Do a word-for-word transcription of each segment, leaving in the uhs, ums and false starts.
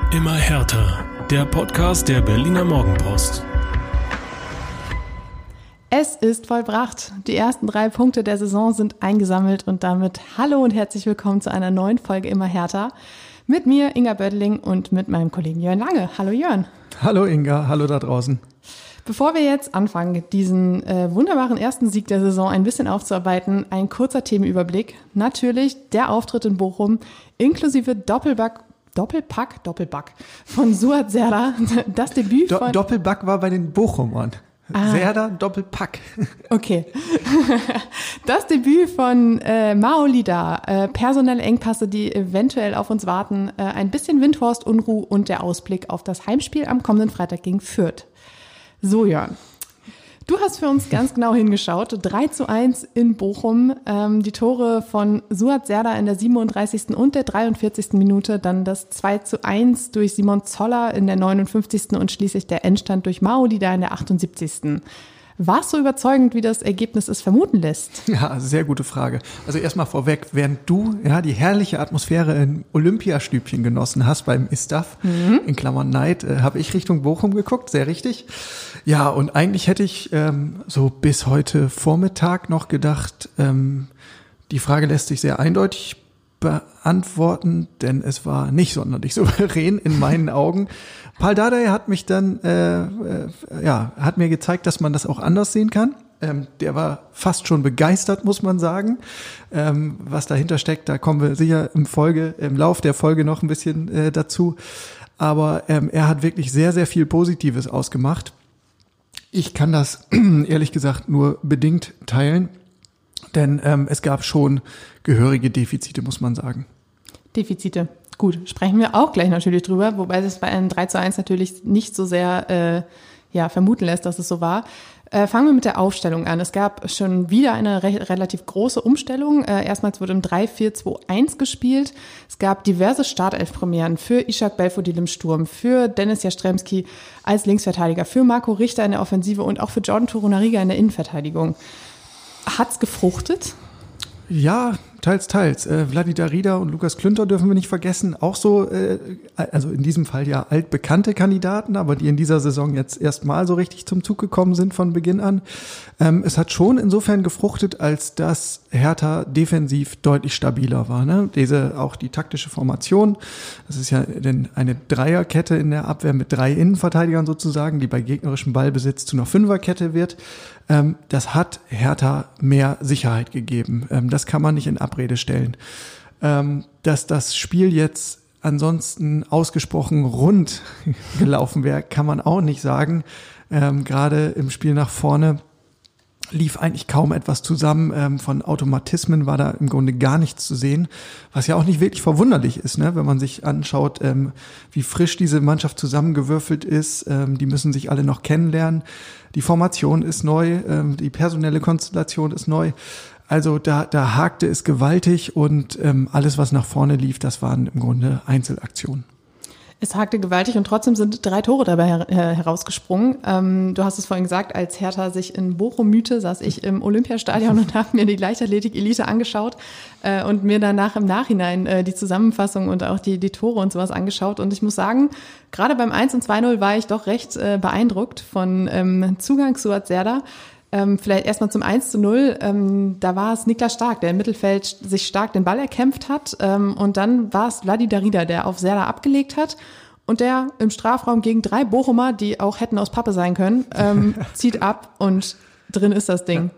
Immer härter. Der Podcast der Berliner Morgenpost. Es ist vollbracht. Die ersten drei Punkte der Saison sind eingesammelt und damit hallo und herzlich willkommen zu einer neuen Folge Immer härter. Mit mir, Inga Bödeling, und mit meinem Kollegen Jörn Lange. Hallo Jörn. Hallo Inga, hallo da draußen. Bevor wir jetzt anfangen, diesen äh, wunderbaren ersten Sieg der Saison ein bisschen aufzuarbeiten, ein kurzer Themenüberblick. Natürlich der Auftritt in Bochum inklusive Doppelback, Doppelpack, Doppelback von Suat Serdar. Das Debüt Do- von... Doppelback war bei den Bochumern. Ah. Serdar, Doppelpack. Okay. Das Debüt von äh, Maolida, äh, personelle Engpässe, die eventuell auf uns warten, äh, ein bisschen Windhorst-Unruhe und der Ausblick auf das Heimspiel am kommenden Freitag gegen Fürth. So, Jörn, du hast für uns ganz genau hingeschaut. drei zu eins in Bochum. Ähm, die Tore von Suat Serdar in der siebenunddreißigsten und der dreiundvierzigsten Minute. Dann das zwei zu eins durch Simon Zoller in der neunundfünfzigsten und schließlich der Endstand durch Maolida in der achtundsiebzigsten War es so überzeugend, wie das Ergebnis es vermuten lässt? Ja, sehr gute Frage. Also erstmal vorweg, während du ja die herrliche Atmosphäre im Olympiastübchen genossen hast beim Istaf, mhm. in Klammern Neid, äh, habe ich Richtung Bochum geguckt, sehr richtig. Ja, und eigentlich hätte ich ähm, so bis heute Vormittag noch gedacht, ähm, die Frage lässt sich sehr eindeutig beantworten, denn es war nicht sonderlich souverän in meinen Augen. Pal Dardai hat mich dann, äh, äh, ja, hat mir gezeigt, dass man das auch anders sehen kann. Ähm, der war fast schon begeistert, muss man sagen. Ähm, was dahinter steckt, da kommen wir sicher im Folge, im Lauf der Folge noch ein bisschen äh, dazu. Aber ähm, er hat wirklich sehr, sehr viel Positives ausgemacht. Ich kann das ehrlich gesagt nur bedingt teilen. Denn ähm, es gab schon gehörige Defizite, muss man sagen. Defizite. Gut, sprechen wir auch gleich natürlich drüber, wobei es bei einem drei zu eins natürlich nicht so sehr äh, ja, vermuten lässt, dass es so war. Äh, fangen wir mit der Aufstellung an. Es gab schon wieder eine re- relativ große Umstellung. Äh, erstmals wurde im drei vier zwei eins gespielt. Es gab diverse Startelf-Premieren für Ishak Belfodil im Sturm, für Dennis Jastremski als Linksverteidiger, für Marco Richter in der Offensive und auch für Jordan Torunariga in der Innenverteidigung. Hat's gefruchtet? Ja, teils, teils. Äh, Vladi Darida und Lukas Klünter dürfen wir nicht vergessen. Auch so, äh, also in diesem Fall ja altbekannte Kandidaten, aber die in dieser Saison jetzt erstmal so richtig zum Zug gekommen sind von Beginn an. Ähm, es hat schon insofern gefruchtet, als dass Hertha defensiv deutlich stabiler war. Ne? Diese, auch die taktische Formation, das ist ja denn eine Dreierkette in der Abwehr mit drei Innenverteidigern sozusagen, die bei gegnerischem Ballbesitz zu einer Fünferkette wird. Ähm, das hat Hertha mehr Sicherheit gegeben. Ähm, das kann man nicht in Abrede stellen. Ähm, dass das Spiel jetzt ansonsten ausgesprochen rund gelaufen wäre, kann man auch nicht sagen. Ähm, gerade im Spiel nach vorne lief eigentlich kaum etwas zusammen. Ähm, von Automatismen war da im Grunde gar nichts zu sehen, was ja auch nicht wirklich verwunderlich ist, ne? Wenn man sich anschaut, ähm, wie frisch diese Mannschaft zusammengewürfelt ist. Ähm, die müssen sich alle noch kennenlernen. Die Formation ist neu, ähm, die personelle Konstellation ist neu. Also da, da hakte es gewaltig und ähm, alles, was nach vorne lief, das waren im Grunde Einzelaktionen. Es hakte gewaltig und trotzdem sind drei Tore dabei her- herausgesprungen. Ähm, du hast es vorhin gesagt, als Hertha sich in Bochum mühte, saß ich im Olympiastadion und habe mir die Leichtathletik-Elite angeschaut äh, und mir danach im Nachhinein äh, die Zusammenfassung und auch die, die Tore und sowas angeschaut. Und ich muss sagen, gerade beim eins und zwei null war ich doch recht äh, beeindruckt von ähm, Zugang Suat Serdar. Ähm, vielleicht erstmal zum eins zu null, ähm, da war es Niklas Stark, der im Mittelfeld sich stark den Ball erkämpft hat, ähm, und dann war es Vladi Darida, der auf Serdar abgelegt hat und der im Strafraum gegen drei Bochumer, die auch hätten aus Pappe sein können, ähm, zieht ab und drin ist das Ding.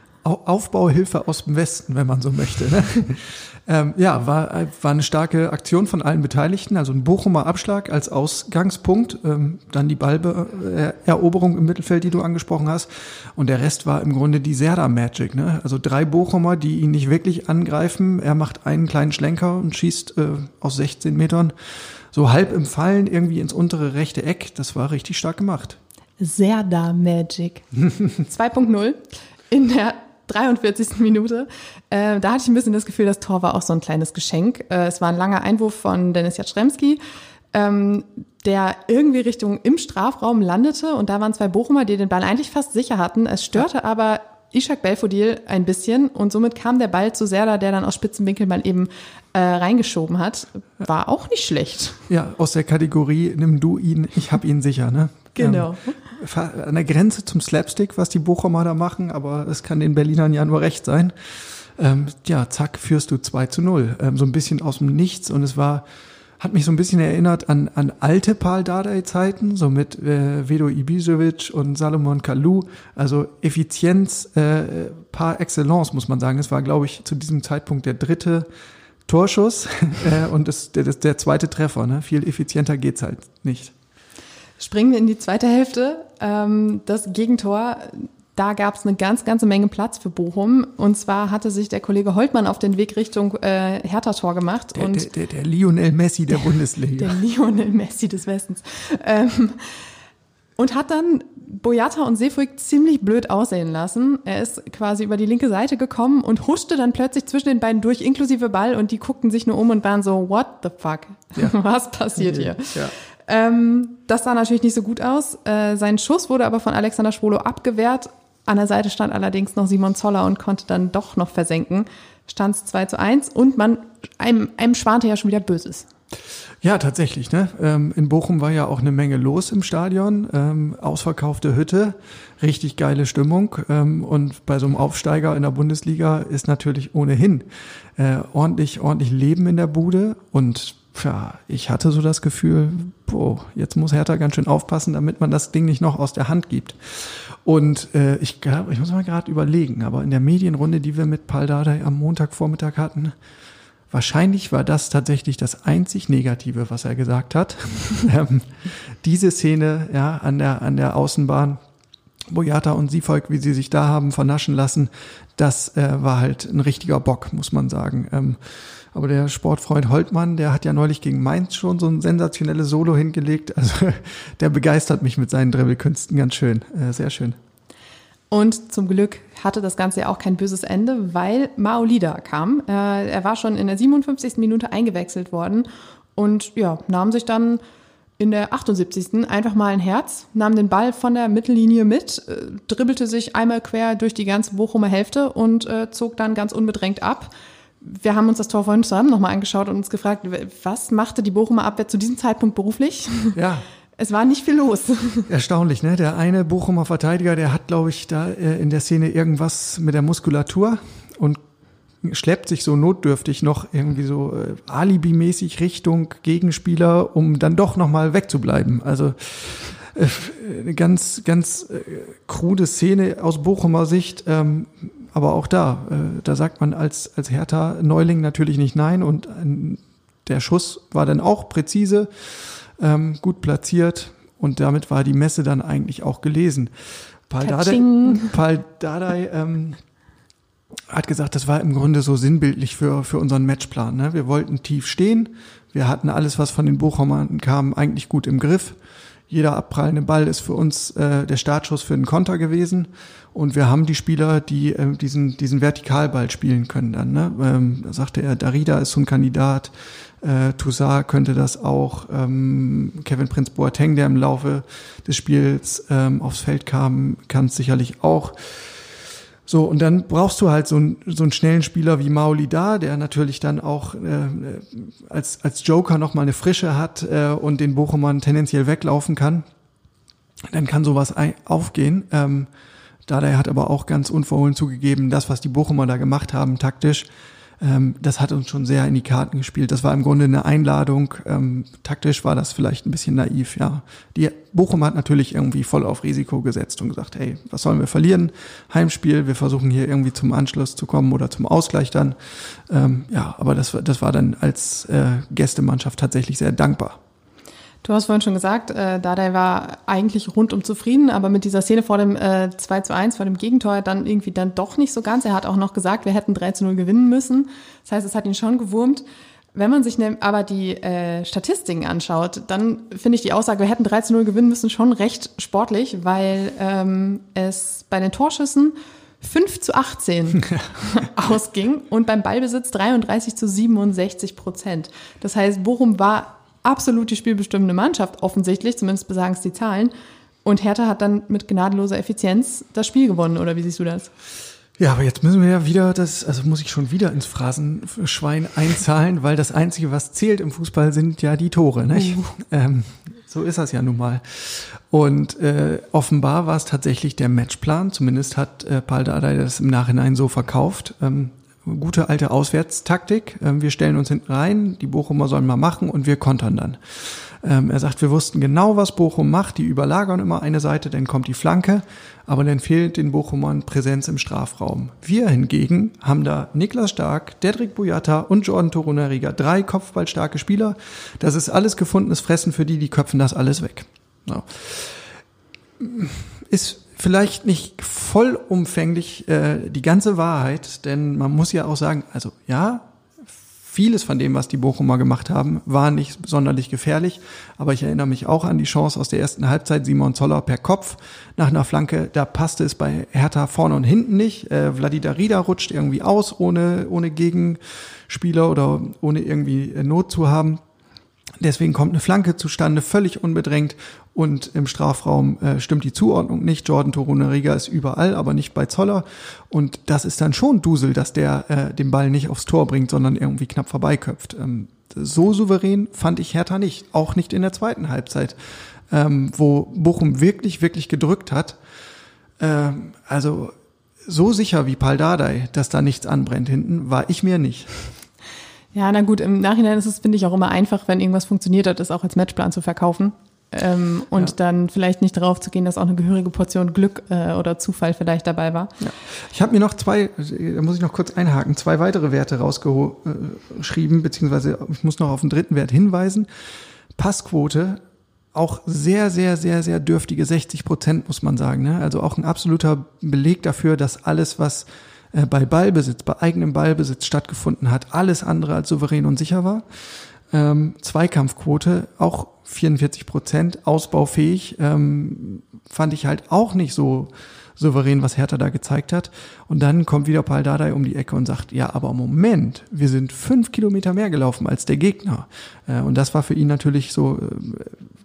Aufbauhilfe aus dem Westen, wenn man so möchte. Ne? ähm, ja, war, war eine starke Aktion von allen Beteiligten, also ein Bochumer Abschlag als Ausgangspunkt, ähm, dann die Balleroberung im Mittelfeld, die du angesprochen hast, und der Rest war im Grunde die Serdar Magic. Ne? Also drei Bochumer, die ihn nicht wirklich angreifen, er macht einen kleinen Schlenker und schießt äh, aus sechzehn Metern so halb im Fallen irgendwie ins untere rechte Eck. Das war richtig stark gemacht. Serdar Magic. zwei Punkt null in der dreiundvierzigsten Minute. Äh, da hatte ich ein bisschen das Gefühl, das Tor war auch so ein kleines Geschenk. Äh, es war ein langer Einwurf von Dennis Jastremski, ähm, der irgendwie Richtung im Strafraum landete und da waren zwei Bochumer, die den Ball eigentlich fast sicher hatten. Es störte aber Ishak Belfodil ein bisschen und somit kam der Ball zu Serdar, der dann aus Spitzenwinkel mal eben äh, reingeschoben hat. War auch nicht schlecht. Ja, aus der Kategorie nimm du ihn, ich hab ihn sicher, ne? Genau. Ähm, an der Grenze zum Slapstick, was die Bochumer da machen, aber es kann den Berlinern ja nur recht sein. Ähm, ja, zack, führst du zwei zu null. Ähm, so ein bisschen aus dem Nichts und es war, hat mich so ein bisschen erinnert an, an alte Pal Dardai-Zeiten, so mit äh, Vedo Ibišević und Salomon Kalou. Also Effizienz äh, par excellence, muss man sagen. Es war, glaube ich, zu diesem Zeitpunkt der dritte Torschuss äh, und das, der, das, der zweite Treffer. Ne? Viel effizienter geht's halt nicht. Springen wir in die zweite Hälfte. Ähm, das Gegentor, da gab es eine ganz, ganze Menge Platz für Bochum. Und zwar hatte sich der Kollege Holtmann auf den Weg Richtung äh, Hertha-Tor gemacht. Der, und der, der, der Lionel Messi der Bundesliga. Der Lionel Messi des Westens. Ähm, und hat dann Boyata und Seyfried ziemlich blöd aussehen lassen. Er ist quasi über die linke Seite gekommen und huschte dann plötzlich zwischen den beiden durch, inklusive Ball. Und die guckten sich nur um und waren so, what the fuck? Ja. Was passiert hier? Ja. Ähm, das sah natürlich nicht so gut aus. Äh, sein Schuss wurde aber von Alexander Schwolo abgewehrt. An der Seite stand allerdings noch Simon Zoller und konnte dann doch noch versenken. Stand es zwei zu eins und man, einem, einem schwante ja schon wieder Böses. Ja, tatsächlich. Ne? Ähm, in Bochum war ja auch eine Menge los im Stadion. Ähm, ausverkaufte Hütte, richtig geile Stimmung. Ähm, und bei so einem Aufsteiger in der Bundesliga ist natürlich ohnehin äh, ordentlich, ordentlich Leben in der Bude. Und ja, ich hatte so das Gefühl, boah, jetzt muss Hertha ganz schön aufpassen, damit man das Ding nicht noch aus der Hand gibt. Und äh, ich, ich muss mal gerade überlegen, aber in der Medienrunde, die wir mit Pal Dardai am Montagvormittag hatten, wahrscheinlich war das tatsächlich das einzig Negative, was er gesagt hat. ähm, diese Szene ja an der an der Außenbahn, Boyata und Seyfried, wie sie sich da haben vernaschen lassen, das äh, war halt ein richtiger Bock, muss man sagen. Ähm, aber der Sportfreund Holtmann, der hat ja neulich gegen Mainz schon so ein sensationelles Solo hingelegt. Also der begeistert mich mit seinen Dribbelkünsten ganz schön. Äh, sehr schön. Und zum Glück hatte das Ganze ja auch kein böses Ende, weil Maolida kam. Äh, er war schon in der siebenundfünfzigsten Minute eingewechselt worden und ja, nahm sich dann in der achtundsiebzigsten einfach mal ein Herz, nahm den Ball von der Mittellinie mit, äh, dribbelte sich einmal quer durch die ganze Bochumer Hälfte und äh, zog dann ganz unbedrängt ab. Wir haben uns das Tor vorhin zusammen nochmal angeschaut und uns gefragt, was machte die Bochumer Abwehr zu diesem Zeitpunkt beruflich? Ja. Es war nicht viel los. Erstaunlich, ne? Der eine Bochumer Verteidiger, der hat, glaube ich, da äh, in der Szene irgendwas mit der Muskulatur und schleppt sich so notdürftig noch irgendwie so äh, alibimäßig Richtung Gegenspieler, um dann doch nochmal wegzubleiben. Also äh, eine ganz, ganz äh, krude Szene aus Bochumer Sicht. Ähm, aber auch da, äh, da sagt man als, als Hertha-Neuling natürlich nicht nein. Und äh, der Schuss war dann auch präzise, ähm, gut platziert. Und damit war die Messe dann eigentlich auch gelesen. Pal Dardai, Pal Dardai ähm, hat gesagt, das war im Grunde so sinnbildlich für, für unseren Matchplan. Ne? Wir wollten tief stehen. Wir hatten alles, was von den Bochumern kam, eigentlich gut im Griff. Jeder abprallende Ball ist für uns äh, der Startschuss für einen Konter gewesen. Und wir haben die Spieler, die äh, diesen, diesen Vertikalball spielen können dann. Ne? Ähm, da sagte er, Darida ist so ein Kandidat. Äh, Toussaint könnte das auch. Ähm, Kevin Prince Boateng, der im Laufe des Spiels ähm, aufs Feld kam, kann es sicherlich auch. So, und dann brauchst du halt so einen, so einen schnellen Spieler wie Maolida, der natürlich dann auch äh, als, als Joker nochmal eine Frische hat äh, und den Bochumern tendenziell weglaufen kann. Dann kann sowas ein, aufgehen. Ähm, Dardai hat aber auch ganz unverhohlen zugegeben, das, was die Bochumer da gemacht haben, taktisch, ähm, das hat uns schon sehr in die Karten gespielt. Das war im Grunde eine Einladung. Ähm, taktisch war das vielleicht ein bisschen naiv, ja. Die Bochum hat natürlich irgendwie voll auf Risiko gesetzt und gesagt, hey, was sollen wir verlieren? Heimspiel, wir versuchen hier irgendwie zum Anschluss zu kommen oder zum Ausgleich dann. Ähm, ja, aber das, das war dann als äh, Gästemannschaft tatsächlich sehr dankbar. Du hast vorhin schon gesagt, äh, Dardai war eigentlich rundum zufrieden, aber mit dieser Szene vor dem äh, zwei zu eins, vor dem Gegentor, dann irgendwie dann doch nicht so ganz. Er hat auch noch gesagt, wir hätten drei zu null gewinnen müssen. Das heißt, es hat ihn schon gewurmt. Wenn man sich ne, aber die äh, Statistiken anschaut, dann finde ich die Aussage, wir hätten drei zu null gewinnen müssen, schon recht sportlich, weil ähm, es bei den Torschüssen fünf zu achtzehn ausging und beim Ballbesitz dreiunddreißig zu siebenundsechzig Prozent. Das heißt, Bochum war absolut die spielbestimmende Mannschaft, offensichtlich, zumindest besagen es die Zahlen. Und Hertha hat dann mit gnadenloser Effizienz das Spiel gewonnen, oder wie siehst du das? Ja, aber jetzt müssen wir ja wieder das, also muss ich schon wieder ins Phrasenschwein einzahlen, weil das Einzige, was zählt im Fußball, sind ja die Tore, nicht? Uh. Ähm, so ist das ja nun mal. Und äh, offenbar war es tatsächlich der Matchplan, zumindest hat äh, Pal Dardai das im Nachhinein so verkauft. Ähm, gute alte Auswärtstaktik, ähm, wir stellen uns hinten rein, die Bochumer sollen mal machen und wir kontern dann. Ähm, er sagt, wir wussten genau, was Bochum macht, die überlagern immer eine Seite, dann kommt die Flanke, aber dann fehlt den Bochumern Präsenz im Strafraum. Wir hingegen haben da Niklas Stark, Dedrick Boyata und Jordan Torunariga, drei kopfballstarke Spieler. Das ist alles gefundenes Fressen für die, die köpfen das alles weg. So. Ist vielleicht nicht vollumfänglich äh, die ganze Wahrheit, denn man muss ja auch sagen, also ja, vieles von dem, was die Bochumer gemacht haben, war nicht sonderlich gefährlich. Aber ich erinnere mich auch an die Chance aus der ersten Halbzeit. Simon Zoller per Kopf nach einer Flanke. Da passte es bei Hertha vorne und hinten nicht. Äh, Vladi Darida rutscht irgendwie aus, ohne, ohne Gegenspieler oder ohne irgendwie Not zu haben. Deswegen kommt eine Flanke zustande, völlig unbedrängt. Und im Strafraum äh, stimmt die Zuordnung nicht. Jordan Torunariga ist überall, aber nicht bei Zoller. Und das ist dann schon Dusel, dass der äh, den Ball nicht aufs Tor bringt, sondern irgendwie knapp vorbeiköpft. Ähm, so souverän fand ich Hertha nicht. Auch nicht in der zweiten Halbzeit, ähm, wo Bochum wirklich, wirklich gedrückt hat. Ähm, also so sicher wie Pal Dardai, dass da nichts anbrennt hinten, war ich mir nicht. Ja, na gut, im Nachhinein ist es, finde ich, auch immer einfach, wenn irgendwas funktioniert hat, das auch als Matchplan zu verkaufen. Ähm, und ja. dann vielleicht nicht darauf zu gehen, dass auch eine gehörige Portion Glück äh, oder Zufall vielleicht dabei war. Ja. Ich habe mir noch zwei, da muss ich noch kurz einhaken, zwei weitere Werte rausgeschrieben, beziehungsweise ich muss noch auf den dritten Wert hinweisen. Passquote, auch sehr, sehr, sehr, sehr dürftige sechzig Prozent, muss man sagen. Ne? Also auch ein absoluter Beleg dafür, dass alles, was äh, bei Ballbesitz, bei eigenem Ballbesitz stattgefunden hat, alles andere als souverän und sicher war. Ähm, Zweikampfquote, auch vierundvierzig Prozent, ausbaufähig, ähm, fand ich halt auch nicht so souverän, was Hertha da gezeigt hat. Und dann kommt wieder Pal Dardai um die Ecke und sagt, ja, aber Moment, wir sind fünf Kilometer mehr gelaufen als der Gegner. Äh, und das war für ihn natürlich so äh,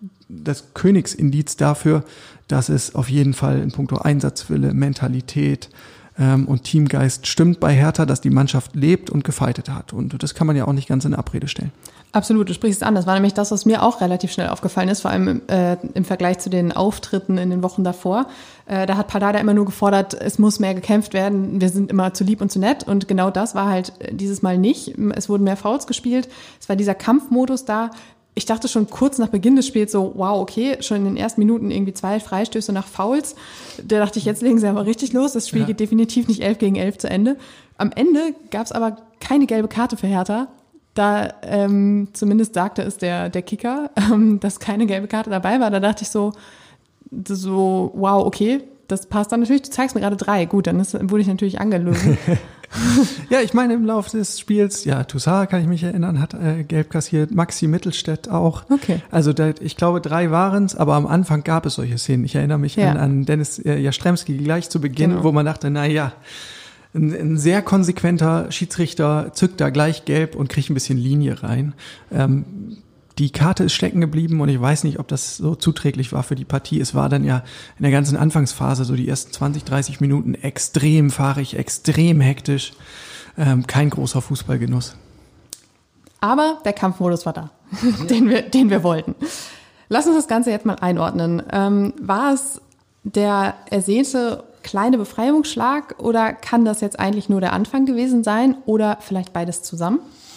das Königsindiz dafür, dass es auf jeden Fall in puncto Einsatzwille, Mentalität ähm, und Teamgeist stimmt bei Hertha, dass die Mannschaft lebt und gefeitet hat. Und das kann man ja auch nicht ganz in Abrede stellen. Absolut, du sprichst es an. Das war nämlich das, was mir auch relativ schnell aufgefallen ist, vor allem äh, im Vergleich zu den Auftritten in den Wochen davor. Äh, da hat Pal Dardai immer nur gefordert, es muss mehr gekämpft werden, wir sind immer zu lieb und zu nett. Und genau das war halt dieses Mal nicht. Es wurden mehr Fouls gespielt, es war dieser Kampfmodus da. Ich dachte schon kurz nach Beginn des Spiels so, wow, okay, schon in den ersten Minuten irgendwie zwei Freistöße nach Fouls. Da dachte ich, jetzt legen sie aber richtig los. Das Spiel ja. geht definitiv nicht elf gegen elf zu Ende. Am Ende gab es aber keine gelbe Karte für Hertha. Da ähm, zumindest sagte es der der Kicker, ähm, dass keine gelbe Karte dabei war. Da dachte ich so, so wow, okay, das passt dann natürlich. Du zeigst mir gerade drei. Gut, dann ist, wurde ich natürlich angelogen. Ja, ich meine, im Laufe des Spiels, ja, Toussaint, kann ich mich erinnern, hat äh, gelb kassiert, Maxi Mittelstädt auch. Okay. Also da, ich glaube, drei waren es, aber am Anfang gab es solche Szenen. Ich erinnere mich ja. an, an Dennis äh, Jastremski gleich zu Beginn, genau. wo man dachte, na ja, ein, ein sehr konsequenter Schiedsrichter zückt da gleich gelb und kriegt ein bisschen Linie rein. Ähm, Die Karte ist stecken geblieben und ich weiß nicht, ob das so zuträglich war für die Partie. Es war dann ja in der ganzen Anfangsphase, so die ersten zwanzig, dreißig Minuten, extrem fahrig, extrem hektisch. Ähm, kein großer Fußballgenuss. Aber der Kampfmodus war da, ja. den wir, den wir wollten. Lass uns das Ganze jetzt mal einordnen. Ähm, war es der ersehnte kleine Befreiungsschlag oder kann das jetzt eigentlich nur der Anfang gewesen sein oder vielleicht beides zusammen?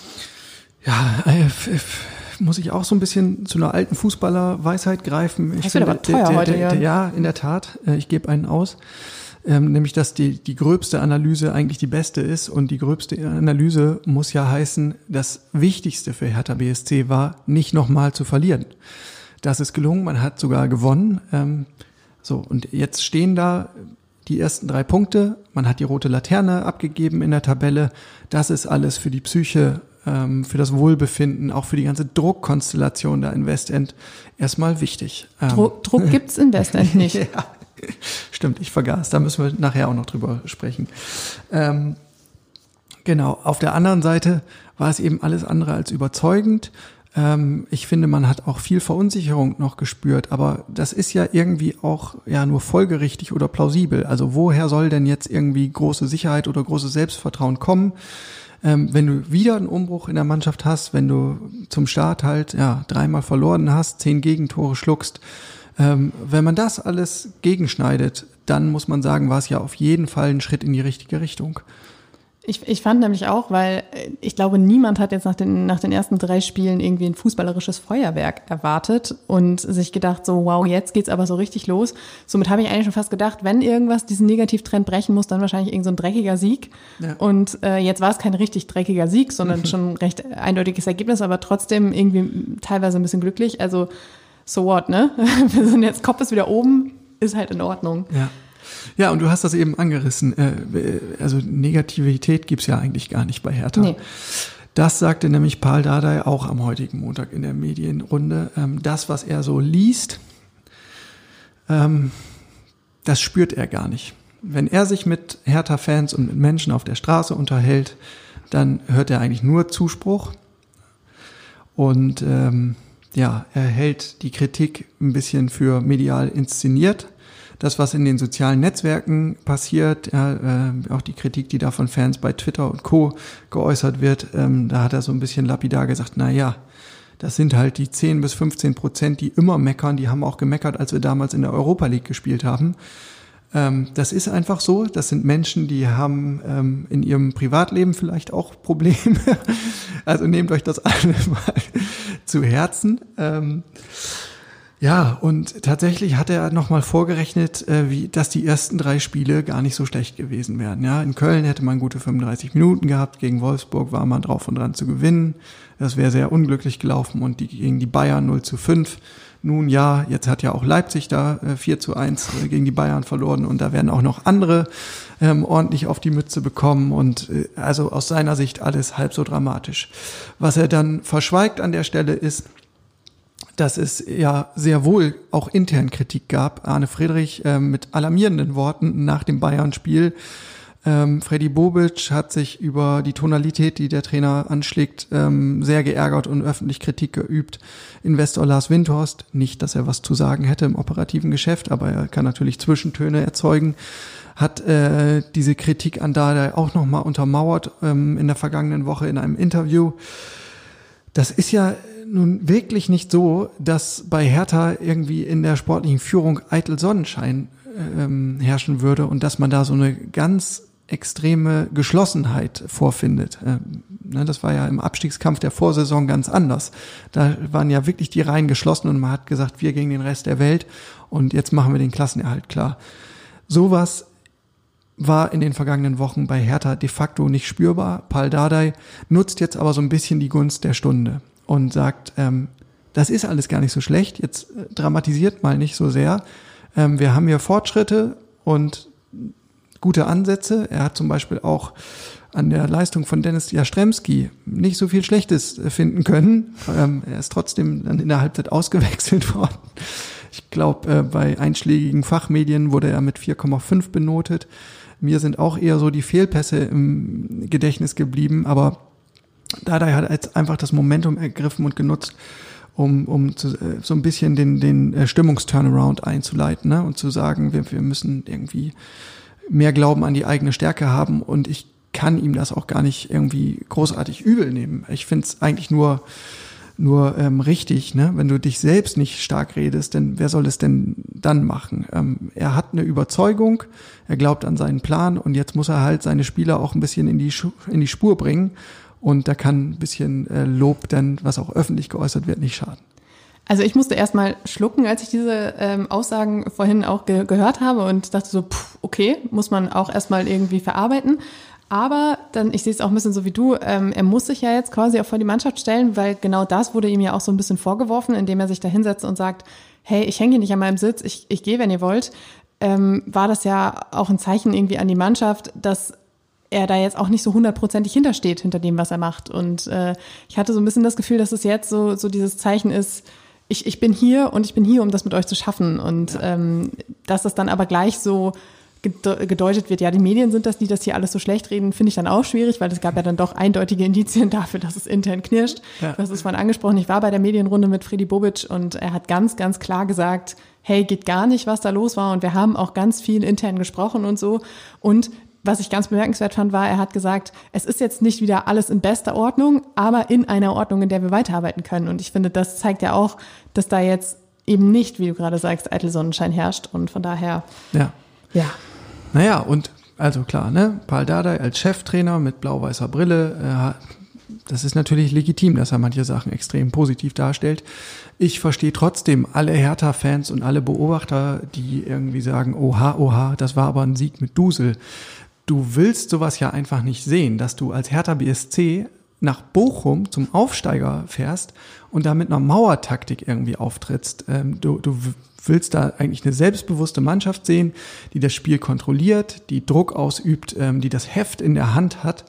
Ja, äh, f- muss ich auch so ein bisschen zu einer alten Fußballer-Weisheit greifen. Ich das finde, wird aber teuer der, der, heute, der, der, Ja, in der Tat. Ich gebe einen aus. Ähm, nämlich, dass die, die gröbste Analyse eigentlich die beste ist. Und die gröbste Analyse muss ja heißen, das Wichtigste für Hertha B S C war, nicht nochmal zu verlieren. Das ist gelungen, man hat sogar gewonnen. Ähm, so, und jetzt stehen da die ersten drei Punkte. Man hat die rote Laterne abgegeben in der Tabelle. Das ist alles für die Psyche, für das Wohlbefinden, auch für die ganze Druckkonstellation da in Westend erstmal wichtig. Druck, Druck gibt's in Westend nicht. Ja, stimmt, ich vergaß. Da müssen wir nachher auch noch drüber sprechen. Ähm, genau, auf der anderen Seite war es eben alles andere als überzeugend. Ähm, ich finde, man hat auch viel Verunsicherung noch gespürt, aber das ist ja irgendwie auch ja nur folgerichtig oder plausibel. Also woher soll denn jetzt irgendwie große Sicherheit oder großes Selbstvertrauen kommen, ähm, wenn du wieder einen Umbruch in der Mannschaft hast, wenn du zum Start halt ja dreimal verloren hast, zehn Gegentore schluckst. Ähm, wenn man das alles gegenschneidet, dann muss man sagen, war es ja auf jeden Fall ein Schritt in die richtige Richtung. Ich, ich fand nämlich auch, weil ich glaube, niemand hat jetzt nach den, nach den ersten drei Spielen irgendwie ein fußballerisches Feuerwerk erwartet und sich gedacht, so wow, jetzt geht's aber so richtig los. Somit habe ich eigentlich schon fast gedacht, wenn irgendwas diesen Negativtrend brechen muss, dann wahrscheinlich irgend so ein dreckiger Sieg. Ja. Und äh, jetzt war es kein richtig dreckiger Sieg, sondern schon ein recht eindeutiges Ergebnis, aber trotzdem irgendwie teilweise ein bisschen glücklich. Also so what, ne? Wir sind jetzt, Kopf ist wieder oben, ist halt in Ordnung. Ja. Ja, und du hast das eben angerissen. Also Negativität gibt's ja eigentlich gar nicht bei Hertha. Nee. Das sagte nämlich Pal Dardai auch am heutigen Montag in der Medienrunde. Das, was er so liest, das spürt er gar nicht. Wenn er sich mit Hertha-Fans und mit Menschen auf der Straße unterhält, dann hört er eigentlich nur Zuspruch. Und ähm, ja, er hält die Kritik ein bisschen für medial inszeniert. Das, was in den sozialen Netzwerken passiert, ja, äh, auch die Kritik, die da von Fans bei Twitter und Co. geäußert wird, ähm, da hat er so ein bisschen lapidar gesagt, na ja, das sind halt die zehn bis fünfzehn Prozent, die immer meckern, die haben auch gemeckert, als wir damals in der Europa League gespielt haben. Ähm, das ist einfach so, das sind Menschen, die haben ähm, in ihrem Privatleben vielleicht auch Probleme, also nehmt euch das alle mal zu Herzen. Ähm, Ja, und tatsächlich hat er nochmal vorgerechnet, äh, wie, dass die ersten drei Spiele gar nicht so schlecht gewesen wären. Ja, in Köln hätte man gute fünfunddreißig Minuten gehabt, gegen Wolfsburg war man drauf und dran zu gewinnen. Das wäre sehr unglücklich gelaufen und die, gegen die Bayern null zu fünf. Nun ja, jetzt hat ja auch Leipzig da äh, vier zu eins äh, gegen die Bayern verloren und da werden auch noch andere ähm, ordentlich auf die Mütze bekommen und äh, also aus seiner Sicht alles halb so dramatisch. Was er dann verschweigt an der Stelle ist, dass es ja sehr wohl auch intern Kritik gab. Arne Friedrich äh, mit alarmierenden Worten nach dem Bayern-Spiel. Ähm, Freddy Bobic hat sich über die Tonalität, die der Trainer anschlägt, ähm, sehr geärgert und öffentlich Kritik geübt. Investor Lars Windhorst, nicht, dass er was zu sagen hätte im operativen Geschäft, aber er kann natürlich Zwischentöne erzeugen, hat äh, diese Kritik an Dardai auch nochmal untermauert ähm, in der vergangenen Woche in einem Interview. Das ist ja nun wirklich nicht so, dass bei Hertha irgendwie in der sportlichen Führung eitel Sonnenschein ähm, herrschen würde und dass man da so eine ganz extreme Geschlossenheit vorfindet. Ähm, ne, das war ja im Abstiegskampf der Vorsaison ganz anders. Da waren ja wirklich die Reihen geschlossen und man hat gesagt, wir gegen den Rest der Welt und jetzt machen wir den Klassenerhalt klar. Sowas war in den vergangenen Wochen bei Hertha de facto nicht spürbar. Pal Dardai nutzt jetzt aber so ein bisschen die Gunst der Stunde und sagt, ähm, das ist alles gar nicht so schlecht, jetzt äh, dramatisiert mal nicht so sehr. Ähm, wir haben hier Fortschritte und gute Ansätze. Er hat zum Beispiel auch an der Leistung von Dennis Jastremski nicht so viel Schlechtes äh, finden können. Ähm, er ist trotzdem dann in der Halbzeit ausgewechselt worden. Ich glaube, äh, bei einschlägigen Fachmedien wurde er mit vier Komma fünf benotet. Mir sind auch eher so die Fehlpässe im Gedächtnis geblieben, aber Dardai hat jetzt einfach das Momentum ergriffen und genutzt, um, um zu, so ein bisschen den, den Stimmungsturnaround einzuleiten, ne? Und zu sagen, wir, wir müssen irgendwie mehr Glauben an die eigene Stärke haben und ich kann ihm das auch gar nicht irgendwie großartig übel nehmen. Ich finde es eigentlich nur nur ähm, richtig, ne? Wenn du dich selbst nicht stark redest, denn wer soll es denn dann machen? Ähm, er hat eine Überzeugung, er glaubt an seinen Plan und jetzt muss er halt seine Spieler auch ein bisschen in die Schu- in die Spur bringen. Und da kann ein bisschen äh, Lob dann, was auch öffentlich geäußert wird, nicht schaden. Also ich musste erstmal schlucken, als ich diese ähm, Aussagen vorhin auch ge- gehört habe und dachte so, pff, okay, muss man auch erstmal irgendwie verarbeiten. Aber dann, ich sehe es auch ein bisschen so wie du, ähm, er muss sich ja jetzt quasi auch vor die Mannschaft stellen, weil genau das wurde ihm ja auch so ein bisschen vorgeworfen, indem er sich da hinsetzt und sagt, hey, ich hänge hier nicht an meinem Sitz, ich, ich gehe, wenn ihr wollt. Ähm, war das ja auch ein Zeichen irgendwie an die Mannschaft, dass er da jetzt auch nicht so hundertprozentig hintersteht, hinter dem, was er macht. Und äh, ich hatte so ein bisschen das Gefühl, dass es jetzt so, so dieses Zeichen ist, ich, ich bin hier und ich bin hier, um das mit euch zu schaffen. Und ja. ähm, dass das dann aber gleich so gedeutet wird, ja, die Medien sind das, die das hier alles so schlecht reden, finde ich dann auch schwierig, weil es gab ja dann doch eindeutige Indizien dafür, dass es intern knirscht. Ja. Du hast es vorhin angesprochen, ich war bei der Medienrunde mit Freddy Bobic und er hat ganz, ganz klar gesagt, hey, geht gar nicht, was da los war und wir haben auch ganz viel intern gesprochen und so. Und was ich ganz bemerkenswert fand, war, er hat gesagt, es ist jetzt nicht wieder alles in bester Ordnung, aber in einer Ordnung, in der wir weiterarbeiten können. Und ich finde, das zeigt ja auch, dass da jetzt eben nicht, wie du gerade sagst, eitel Sonnenschein herrscht und von daher, ja. ja. Naja, und also klar, ne, Pal Dardai als Cheftrainer mit blau-weißer Brille, äh, das ist natürlich legitim, dass er manche Sachen extrem positiv darstellt. Ich verstehe trotzdem alle Hertha-Fans und alle Beobachter, die irgendwie sagen, oha, oha, das war aber ein Sieg mit Dusel. Du willst sowas ja einfach nicht sehen, dass du als Hertha B S C nach Bochum zum Aufsteiger fährst und da mit einer Mauertaktik irgendwie auftrittst. Ähm, du, du willst da eigentlich eine selbstbewusste Mannschaft sehen, die das Spiel kontrolliert, die Druck ausübt, ähm, die das Heft in der Hand hat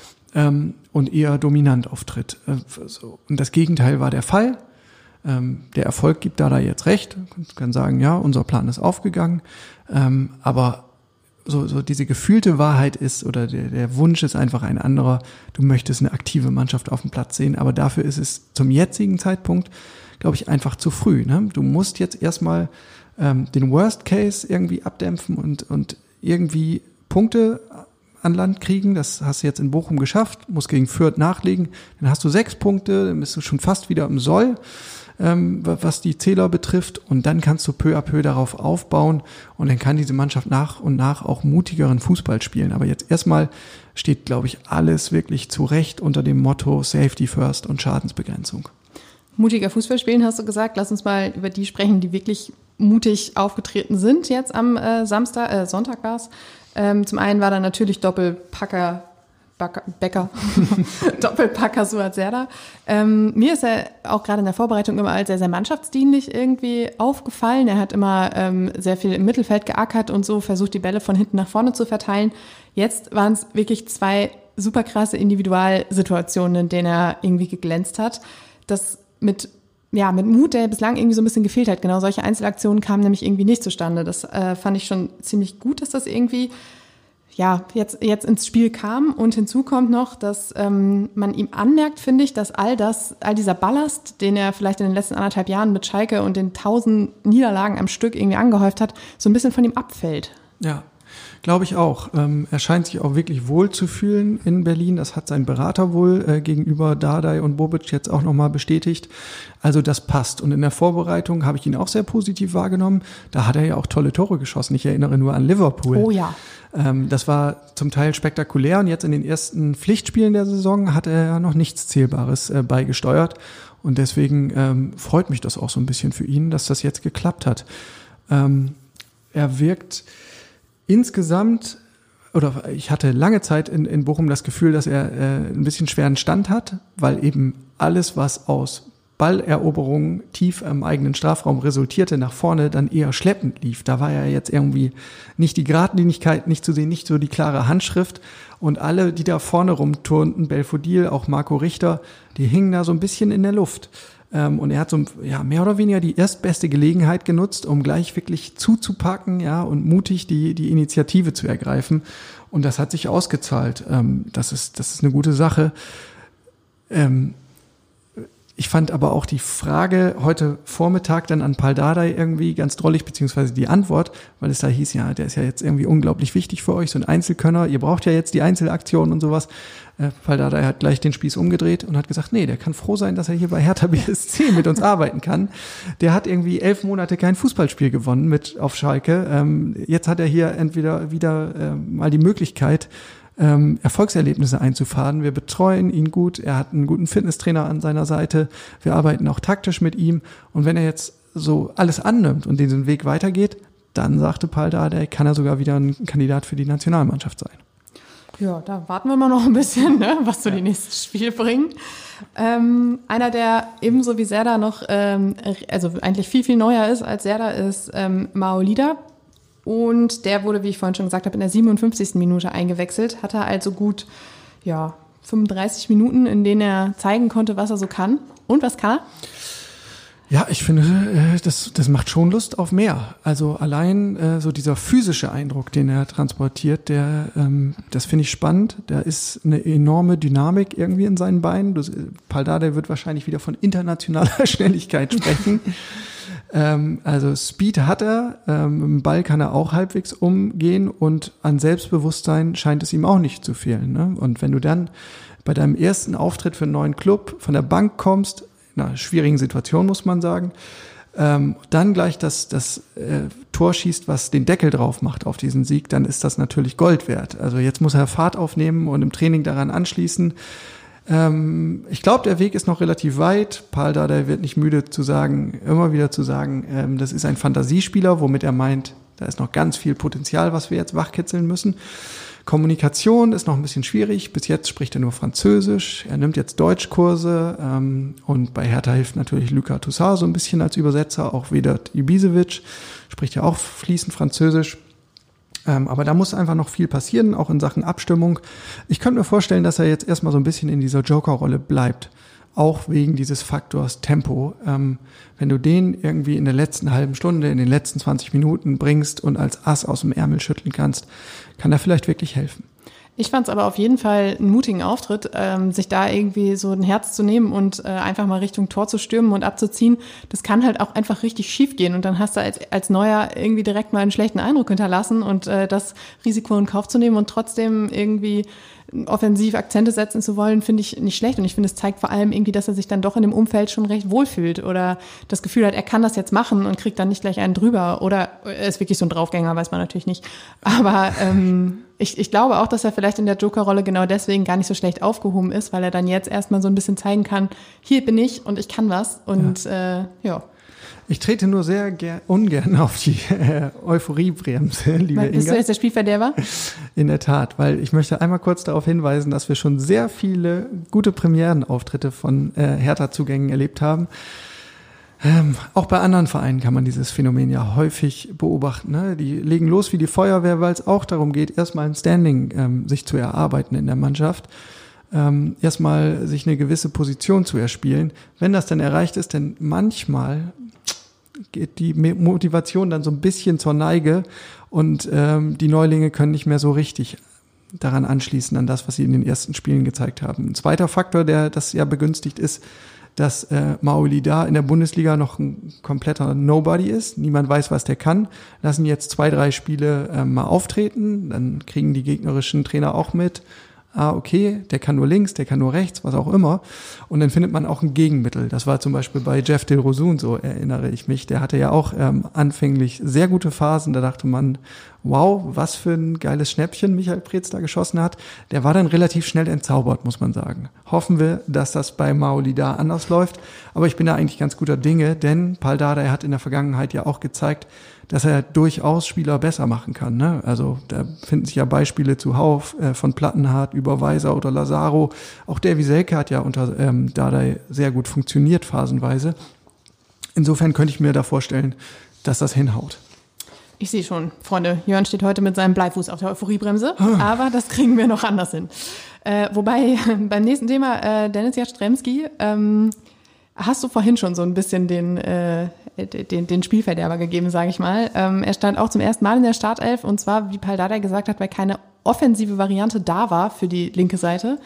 ähm, und eher dominant auftritt. Äh, so. Und das Gegenteil war der Fall. Ähm, der Erfolg gibt da da jetzt recht. Man kann sagen, ja, unser Plan ist aufgegangen. Ähm, aber so, so diese gefühlte Wahrheit ist oder der, der Wunsch ist einfach ein anderer. Du möchtest eine aktive Mannschaft auf dem Platz sehen, aber dafür ist es zum jetzigen Zeitpunkt, glaube ich, einfach zu früh. Ne? Du musst jetzt erstmal ähm, den Worst Case irgendwie abdämpfen und, und irgendwie Punkte an Land kriegen. Das hast du jetzt in Bochum geschafft, musst gegen Fürth nachlegen. Dann hast du sechs Punkte, dann bist du schon fast wieder im Soll, ähm, was die Zähler betrifft. Und dann kannst du peu à peu darauf aufbauen und dann kann diese Mannschaft nach und nach auch mutigeren Fußball spielen. Aber jetzt erstmal steht, glaube ich, alles wirklich zurecht unter dem Motto Safety First und Schadensbegrenzung. Mutiger Fußball spielen, hast du gesagt. Lass uns mal über die sprechen, die wirklich mutig aufgetreten sind jetzt am äh, Samstag, äh, Sonntag war es. Ähm, zum einen war da natürlich Doppelpacker Backer, Becker, Doppelpacker Suat Serdar. Ähm, mir ist er auch gerade in der Vorbereitung immer als sehr, sehr mannschaftsdienlich irgendwie aufgefallen. Er hat immer ähm, sehr viel im Mittelfeld geackert und so versucht, die Bälle von hinten nach vorne zu verteilen. Jetzt waren es wirklich zwei super krasse Individualsituationen, in denen er irgendwie geglänzt hat. Das mit ja, mit Mut, der bislang irgendwie so ein bisschen gefehlt hat. Genau solche Einzelaktionen kamen nämlich irgendwie nicht zustande. Das äh, fand ich schon ziemlich gut, dass das irgendwie ja jetzt jetzt ins Spiel kam. Und hinzu kommt noch, dass ähm, man ihm anmerkt, finde ich, dass all das, all dieser Ballast, den er vielleicht in den letzten anderthalb Jahren mit Schalke und den tausend Niederlagen am Stück irgendwie angehäuft hat, so ein bisschen von ihm abfällt. Ja. Glaube ich auch. Ähm, er scheint sich auch wirklich wohl zu fühlen in Berlin. Das hat sein Berater wohl äh, gegenüber Dardai und Bobic jetzt auch nochmal bestätigt. Also das passt. Und in der Vorbereitung habe ich ihn auch sehr positiv wahrgenommen. Da hat er ja auch tolle Tore geschossen. Ich erinnere nur an Liverpool. Oh ja. Ähm, das war zum Teil spektakulär. Und jetzt in den ersten Pflichtspielen der Saison hat er ja noch nichts Zählbares äh, beigesteuert. Und deswegen ähm, freut mich das auch so ein bisschen für ihn, dass das jetzt geklappt hat. Ähm, er wirkt insgesamt, oder ich hatte lange Zeit in, in Bochum das Gefühl, dass er äh, ein bisschen schweren Stand hat, weil eben alles, was aus Balleroberungen tief im eigenen Strafraum resultierte, nach vorne dann eher schleppend lief. Da war ja jetzt irgendwie nicht die Geradlinigkeit nicht zu sehen, nicht so die klare Handschrift. Und alle, die da vorne rumturnten, Belfodil, auch Marco Richter, die hingen da so ein bisschen in der Luft. Und er hat so ja mehr oder weniger die erstbeste Gelegenheit genutzt, um gleich wirklich zuzupacken, ja, und mutig die die Initiative zu ergreifen. Und das hat sich ausgezahlt. Das ist das ist eine gute Sache. Ich fand aber auch die Frage heute Vormittag dann an Pal Dardai irgendwie ganz drollig, beziehungsweise die Antwort, weil es da hieß, ja, der ist ja jetzt irgendwie unglaublich wichtig für euch, so ein Einzelkönner, ihr braucht ja jetzt die Einzelaktionen und sowas. Äh, Pal Dardai hat gleich den Spieß umgedreht und hat gesagt, nee, der kann froh sein, dass er hier bei Hertha B S C mit uns arbeiten kann. Der hat irgendwie elf Monate kein Fußballspiel gewonnen mit auf Schalke. Ähm, jetzt hat er hier entweder wieder äh, mal die Möglichkeit, Ähm, Erfolgserlebnisse einzufahren. Wir betreuen ihn gut. Er hat einen guten Fitnesstrainer an seiner Seite. Wir arbeiten auch taktisch mit ihm. Und wenn er jetzt so alles annimmt und diesen Weg weitergeht, dann, sagte Pal Dardai, kann er sogar wieder ein Kandidat für die Nationalmannschaft sein. Ja, da warten wir mal noch ein bisschen, ne, was so die nächsten Spiele bringen. Ähm, einer, der ebenso wie Serdar noch, ähm, also eigentlich viel, viel neuer ist als Serdar, ist ähm, Maolida. Und der wurde, wie ich vorhin schon gesagt habe, in der siebenundfünfzigsten Minute eingewechselt. Hatte also gut, ja, fünfunddreißig Minuten, in denen er zeigen konnte, was er so kann. Und was kann er? Ja, ich finde, das, das macht schon Lust auf mehr. Also allein äh, so dieser physische Eindruck, den er transportiert, der, ähm, das finde ich spannend. Da ist eine enorme Dynamik irgendwie in seinen Beinen. Das, Pal Dardai wird wahrscheinlich wieder von internationaler Schnelligkeit sprechen. ähm, also Speed hat er, ähm, mit dem Ball kann er auch halbwegs umgehen und an Selbstbewusstsein scheint es ihm auch nicht zu fehlen. Ne? Und wenn du dann bei deinem ersten Auftritt für einen neuen Club von der Bank kommst, in einer schwierigen Situation, muss man sagen, ähm, dann gleich das, das äh, Tor schießt, was den Deckel drauf macht auf diesen Sieg, dann ist das natürlich Gold wert. Also jetzt muss er Fahrt aufnehmen und im Training daran anschließen. Ähm, ich glaube, der Weg ist noch relativ weit. Pal Dardai wird nicht müde zu sagen, immer wieder zu sagen, ähm, das ist ein Fantasiespieler, womit er meint, da ist noch ganz viel Potenzial, was wir jetzt wachkitzeln müssen. Kommunikation ist noch ein bisschen schwierig. Bis jetzt spricht er nur Französisch. Er nimmt jetzt Deutschkurse ähm, und bei Hertha hilft natürlich Lucas Toussaint so ein bisschen als Übersetzer. Auch Vedat Ibisevic spricht ja auch fließend Französisch. Ähm, aber da muss einfach noch viel passieren, auch in Sachen Abstimmung. Ich könnte mir vorstellen, dass er jetzt erstmal so ein bisschen in dieser Joker-Rolle bleibt. Auch wegen dieses Faktors Tempo. Ähm, wenn du den irgendwie in der letzten halben Stunde, in den letzten zwanzig Minuten bringst und als Ass aus dem Ärmel schütteln kannst, kann er vielleicht wirklich helfen. Ich fand es aber auf jeden Fall einen mutigen Auftritt, ähm, sich da irgendwie so ein Herz zu nehmen und äh, einfach mal Richtung Tor zu stürmen und abzuziehen. Das kann halt auch einfach richtig schief gehen und dann hast du als, als Neuer irgendwie direkt mal einen schlechten Eindruck hinterlassen und äh, das Risiko in Kauf zu nehmen und trotzdem irgendwie offensiv Akzente setzen zu wollen, finde ich nicht schlecht. Und ich finde, es zeigt vor allem irgendwie, dass er sich dann doch in dem Umfeld schon recht wohlfühlt oder das Gefühl hat, er kann das jetzt machen und kriegt dann nicht gleich einen drüber. Oder er ist wirklich so ein Draufgänger, weiß man natürlich nicht. Aber ähm, ich, ich glaube auch, dass er vielleicht in der Joker-Rolle genau deswegen gar nicht so schlecht aufgehoben ist, weil er dann jetzt erstmal so ein bisschen zeigen kann, hier bin ich und ich kann was. Und ja. Äh, ja. Ich trete nur sehr ger- ungern auf die äh, Euphorie-Bremse, liebe Inga. Bist du jetzt der Spielverderber? In der Tat, weil ich möchte einmal kurz darauf hinweisen, dass wir schon sehr viele gute Premierenauftritte von äh, Hertha-Zugängen erlebt haben. Ähm, auch bei anderen Vereinen kann man dieses Phänomen ja häufig beobachten. Ne? Die legen los wie die Feuerwehr, weil es auch darum geht, erstmal ein Standing ähm, sich zu erarbeiten in der Mannschaft. Ähm, erstmal sich eine gewisse Position zu erspielen. Wenn das dann erreicht ist, denn manchmal geht die Motivation dann so ein bisschen zur Neige und ähm, die Neulinge können nicht mehr so richtig daran anschließen, an das, was sie in den ersten Spielen gezeigt haben. Ein zweiter Faktor, der das ja begünstigt, ist, dass äh, Maolida in der Bundesliga noch ein kompletter Nobody ist. Niemand weiß, was der kann. Lassen jetzt zwei, drei Spiele äh, mal auftreten, dann kriegen die gegnerischen Trainer auch mit, ah, okay, der kann nur links, der kann nur rechts, was auch immer. Und dann findet man auch ein Gegenmittel. Das war zum Beispiel bei Jeff Dilrosun, so erinnere ich mich. Der hatte ja auch ähm, anfänglich sehr gute Phasen. Da dachte man, wow, was für ein geiles Schnäppchen Michael Preetz da geschossen hat. Der war dann relativ schnell entzaubert, muss man sagen. Hoffen wir, dass das bei Maolida anders läuft. Aber ich bin da eigentlich ganz guter Dinge, denn Pal Dardai hat in der Vergangenheit ja auch gezeigt, dass er durchaus Spieler besser machen kann. Ne? Also da finden sich ja Beispiele zuhauf äh, von Plattenhardt über Weiser oder Lazaro. Auch der Wieselke hat ja unter ähm, Dardai sehr gut funktioniert phasenweise. Insofern könnte ich mir da vorstellen, dass das hinhaut. Ich sehe schon, Freunde, Jörn steht heute mit seinem Bleifuß auf der Euphoriebremse, ah. aber das kriegen wir noch anders hin. Äh, wobei beim nächsten Thema, äh, Dennis Jastremski, ähm, hast du vorhin schon so ein bisschen den, äh, den, den Spielverderber gegeben, sage ich mal. Ähm, er stand auch zum ersten Mal in der Startelf und zwar, wie Pal Dardai gesagt hat, weil keine offensive Variante da war für die linke Seite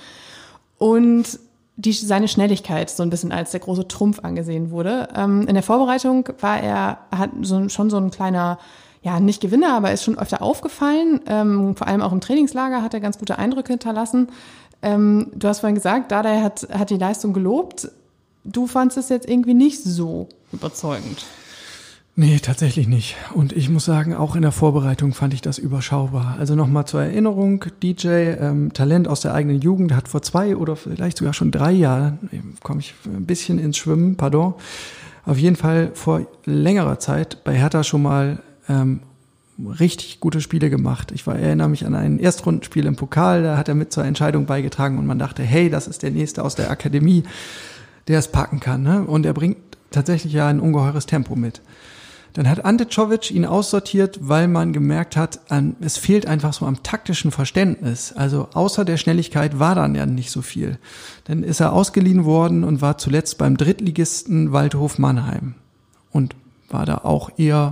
und die, seine Schnelligkeit so ein bisschen als der große Trumpf angesehen wurde. Ähm, in der Vorbereitung war er, hat so, schon so ein kleiner, ja, nicht Gewinner, aber ist schon öfter aufgefallen. Ähm, vor allem auch im Trainingslager hat er ganz gute Eindrücke hinterlassen. Ähm, du hast vorhin gesagt, Dardai hat, hat die Leistung gelobt. Du fandst es jetzt irgendwie nicht so überzeugend. Nee, tatsächlich nicht. Und ich muss sagen, auch in der Vorbereitung fand ich das überschaubar. Also nochmal zur Erinnerung, D J, ähm, Talent aus der eigenen Jugend, hat vor zwei oder vielleicht sogar schon drei Jahren, komme ich ein bisschen ins Schwimmen, pardon, auf jeden Fall vor längerer Zeit bei Hertha schon mal ähm, richtig gute Spiele gemacht. Ich war, erinnere mich an ein Erstrundenspiel im Pokal, da hat er mit zur Entscheidung beigetragen und man dachte, hey, das ist der Nächste aus der Akademie, der es packen kann. Ne? Und er bringt tatsächlich ja ein ungeheures Tempo mit. Dann hat Ante Czovic ihn aussortiert, weil man gemerkt hat, es fehlt einfach so am taktischen Verständnis. Also außer der Schnelligkeit war dann ja nicht so viel. Dann ist er ausgeliehen worden und war zuletzt beim Drittligisten Waldhof Mannheim und war da auch eher,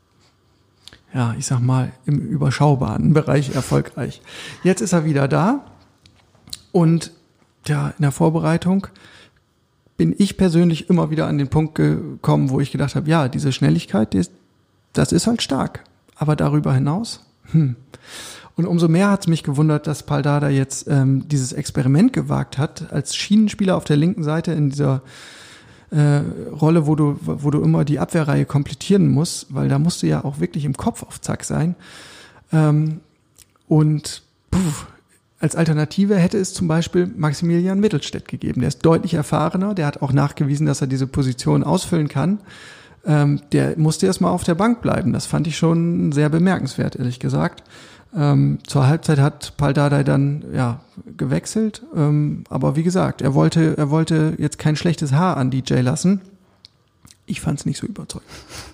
ja, ich sag mal, im überschaubaren Bereich erfolgreich. Jetzt ist er wieder da und ja, in der Vorbereitung bin ich persönlich immer wieder an den Punkt gekommen, wo ich gedacht habe, ja, diese Schnelligkeit, das ist halt stark. Aber darüber hinaus, hm. Und umso mehr hat es mich gewundert, dass Pal Dardai jetzt ähm, dieses Experiment gewagt hat, als Schienenspieler auf der linken Seite in dieser äh, Rolle, wo du, wo du immer die Abwehrreihe komplettieren musst, weil da musst du ja auch wirklich im Kopf auf Zack sein. Ähm, und puh, als Alternative hätte es zum Beispiel Maximilian Mittelstädt gegeben. Der ist deutlich erfahrener, der hat auch nachgewiesen, dass er diese Position ausfüllen kann. Ähm, der musste erst mal auf der Bank bleiben. Das fand ich schon sehr bemerkenswert, ehrlich gesagt. Ähm, zur Halbzeit hat Pal Dardai dann ja gewechselt. Ähm, aber wie gesagt, er wollte, er wollte jetzt kein schlechtes Haar an D J lassen. Ich fand es nicht so überzeugend.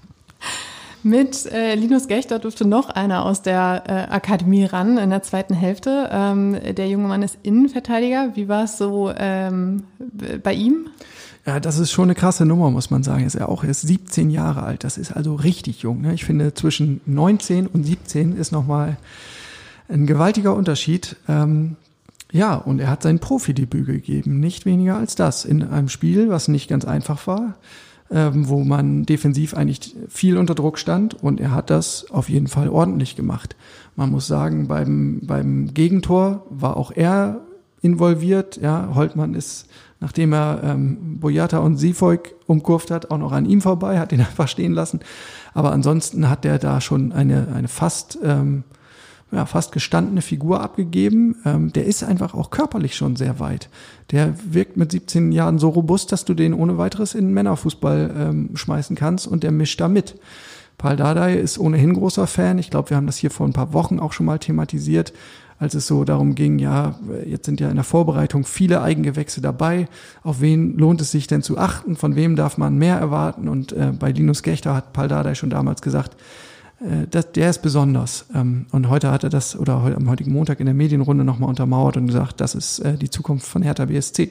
Mit äh, Linus Gächter durfte noch einer aus der äh, Akademie ran in der zweiten Hälfte. Ähm, der junge Mann ist Innenverteidiger. Wie war es so ähm, bei ihm? Ja, das ist schon eine krasse Nummer, muss man sagen. Ist er auch erst siebzehn Jahre alt. Das ist also richtig jung. Ne? Ich finde, zwischen neunzehn und siebzehn ist nochmal ein gewaltiger Unterschied. Ähm, ja, und er hat sein Profidebüt gegeben. Nicht weniger als das. In einem Spiel, was nicht ganz einfach war. Ähm, wo man defensiv eigentlich viel unter Druck stand und er hat das auf jeden Fall ordentlich gemacht. Man muss sagen, beim, beim Gegentor war auch er involviert. Ja, Holtmann ist, nachdem er ähm, Boyata und Sifolk umkurvt hat, auch noch an ihm vorbei, hat ihn einfach stehen lassen. Aber ansonsten hat er da schon eine, eine fast, ähm, ja, fast gestandene Figur abgegeben. Ähm, der ist einfach auch körperlich schon sehr weit. Der wirkt mit siebzehn Jahren so robust, dass du den ohne weiteres in den Männerfußball ähm, schmeißen kannst und der mischt da mit. Pal Dardai ist ohnehin großer Fan. Ich glaube, wir haben das hier vor ein paar Wochen auch schon mal thematisiert, als es so darum ging, ja, jetzt sind ja in der Vorbereitung viele Eigengewächse dabei. Auf wen lohnt es sich denn zu achten? Von wem darf man mehr erwarten? Und äh, bei Linus Gächter hat Pal Dardai schon damals gesagt, Das, der ist besonders. Und heute hat er das, oder heute, am heutigen Montag in der Medienrunde nochmal untermauert und gesagt, das ist die Zukunft von Hertha B S C.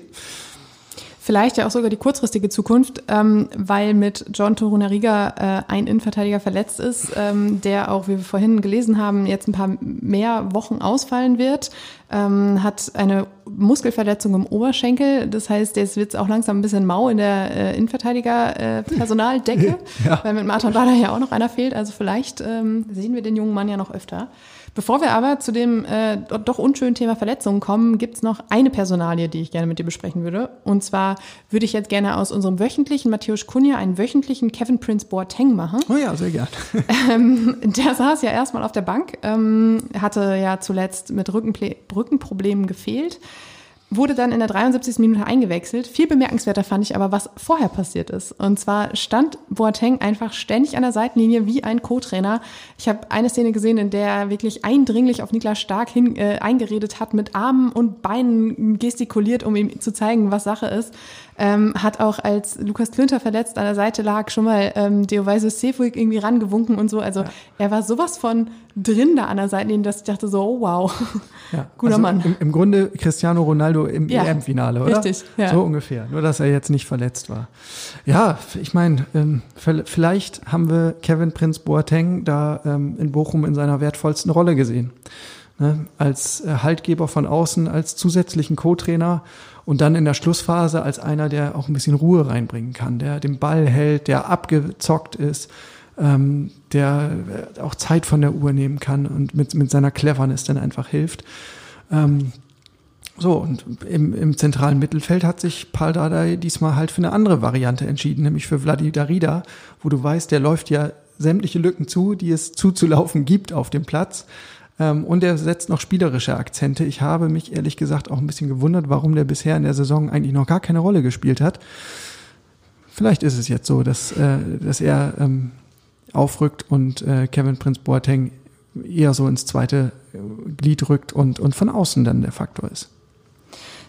Vielleicht ja auch sogar die kurzfristige Zukunft, ähm, weil mit John Torunariga äh, ein Innenverteidiger verletzt ist, ähm, der auch, wie wir vorhin gelesen haben, jetzt ein paar mehr Wochen ausfallen wird, ähm, hat eine Muskelverletzung im Oberschenkel. Das heißt, jetzt wird es auch langsam ein bisschen mau in der äh, Innenverteidiger-Personaldecke, äh, ja. Weil mit Martin Dardai ja auch noch einer fehlt. Also vielleicht ähm, sehen wir den jungen Mann ja noch öfter. Bevor wir aber zu dem äh, doch unschönen Thema Verletzungen kommen, gibt's noch eine Personalie, die ich gerne mit dir besprechen würde. Und zwar würde ich jetzt gerne aus unserem wöchentlichen Matthäus Cunha einen wöchentlichen Kevin Prince Boateng machen. Oh ja, sehr gern. ähm, der saß ja erstmal auf der Bank, ähm, hatte ja zuletzt mit Rückenple- Rückenproblemen gefehlt. Wurde dann in der dreiundsiebzigsten Minute eingewechselt. Viel bemerkenswerter fand ich aber, was vorher passiert ist. Und zwar stand Boateng einfach ständig an der Seitenlinie wie ein Co-Trainer. Ich habe eine Szene gesehen, in der er wirklich eindringlich auf Niklas Stark hin, äh, eingeredet hat, mit Armen und Beinen gestikuliert, um ihm zu zeigen, was Sache ist. Ähm, hat auch, als Lukas Klünter verletzt an der Seite lag, schon mal ähm, Deovaisio Sefuig irgendwie rangewunken und so. Also ja. Er war sowas von drin da an der Seitenlinie, dass ich dachte so, oh, wow, ja. guter also Mann. Im, Im Grunde Cristiano Ronaldo im ja. E M-Finale, oder? Richtig, ja. So ungefähr. Nur, dass er jetzt nicht verletzt war. Ja, ich meine, ähm, vielleicht haben wir Kevin Prince Boateng da ähm, in Bochum in seiner wertvollsten Rolle gesehen. Ne? Als äh, Haltgeber von außen, als zusätzlichen Co-Trainer und dann in der Schlussphase als einer, der auch ein bisschen Ruhe reinbringen kann, der den Ball hält, der abgezockt ist, ähm, der auch Zeit von der Uhr nehmen kann und mit, mit seiner Cleverness dann einfach hilft. Ähm, so, und im, im zentralen Mittelfeld hat sich Pal Dardai diesmal halt für eine andere Variante entschieden, nämlich für Vladi Darida, wo du weißt, der läuft ja sämtliche Lücken zu, die es zuzulaufen gibt auf dem Platz. Und er setzt noch spielerische Akzente. Ich habe mich ehrlich gesagt auch ein bisschen gewundert, warum der bisher in der Saison eigentlich noch gar keine Rolle gespielt hat. Vielleicht ist es jetzt so, dass, äh, dass er ähm, aufrückt und äh, Kevin Prince Boateng eher so ins zweite Glied rückt und, und von außen dann der Faktor ist.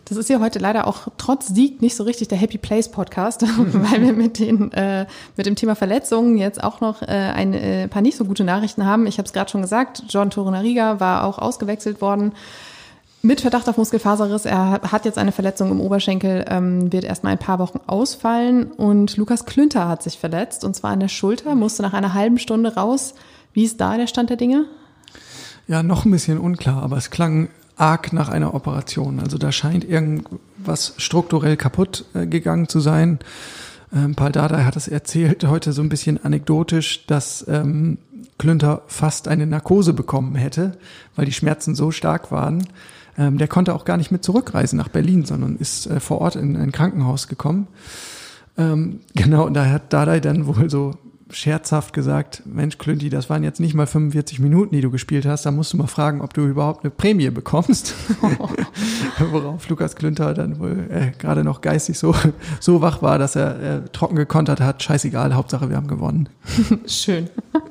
Das ist ja heute leider auch trotz Sieg nicht so richtig der Happy Place Podcast, weil wir mit den äh, mit dem Thema Verletzungen jetzt auch noch äh, ein äh, paar nicht so gute Nachrichten haben. Ich habe es gerade schon gesagt, John Torunariga war auch ausgewechselt worden mit Verdacht auf Muskelfaserriss. Er hat jetzt eine Verletzung im Oberschenkel, ähm, wird erstmal ein paar Wochen ausfallen. Und Lukas Klünter hat sich verletzt, und zwar an der Schulter, musste nach einer halben Stunde raus. Wie ist da der Stand der Dinge? Ja, noch ein bisschen unklar, aber es klang arg nach einer Operation. Also da scheint irgendwas strukturell kaputt äh, gegangen zu sein. Ähm, Pal Dardai hat es erzählt, heute so ein bisschen anekdotisch, dass ähm, Klünter fast eine Narkose bekommen hätte, weil die Schmerzen so stark waren. Ähm, der konnte auch gar nicht mit zurückreisen nach Berlin, sondern ist äh, vor Ort in ein Krankenhaus gekommen. Ähm, genau, und da hat Dardai dann wohl so scherzhaft gesagt, Mensch Klünti, das waren jetzt nicht mal fünfundvierzig Minuten, die du gespielt hast, da musst du mal fragen, ob du überhaupt eine Prämie bekommst. Oh. Worauf Lukas Klünter dann wohl äh, gerade noch geistig so, so wach war, dass er äh, trocken gekontert hat, scheißegal, Hauptsache wir haben gewonnen. Schön.